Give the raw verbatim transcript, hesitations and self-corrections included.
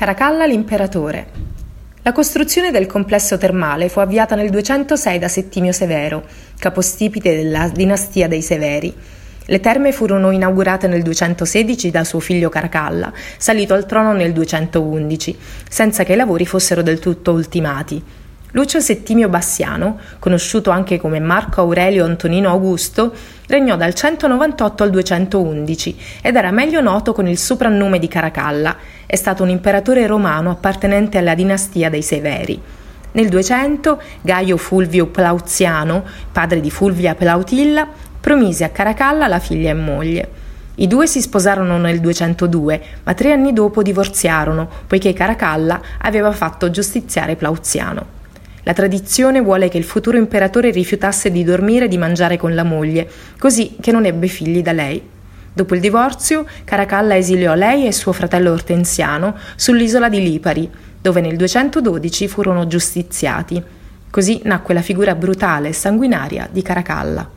Caracalla l'imperatore. La costruzione del complesso termale fu avviata nel duecentosei da Settimio Severo, capostipite della dinastia dei Severi. Le terme furono inaugurate nel duecentosedici da suo figlio Caracalla, salito al trono nel duecentoundici, senza che i lavori fossero del tutto ultimati. Lucio Settimio Bassiano, conosciuto anche come Marco Aurelio Antonino Augusto, regnò dal centonovantotto al duecentoundici ed era meglio noto con il soprannome di Caracalla. È stato un imperatore romano appartenente alla dinastia dei Severi. Nel duecento Gaio Fulvio Plauziano, padre di Fulvia Plautilla, promise a Caracalla la figlia e moglie. I due si sposarono nel duecentodue, ma tre anni dopo divorziarono, poiché Caracalla aveva fatto giustiziare Plauziano. La tradizione vuole che il futuro imperatore rifiutasse di dormire e di mangiare con la moglie, così che non ebbe figli da lei. Dopo il divorzio, Caracalla esiliò lei e suo fratello Ortensiano sull'isola di Lipari, dove nel duecentododici furono giustiziati. Così nacque la figura brutale e sanguinaria di Caracalla.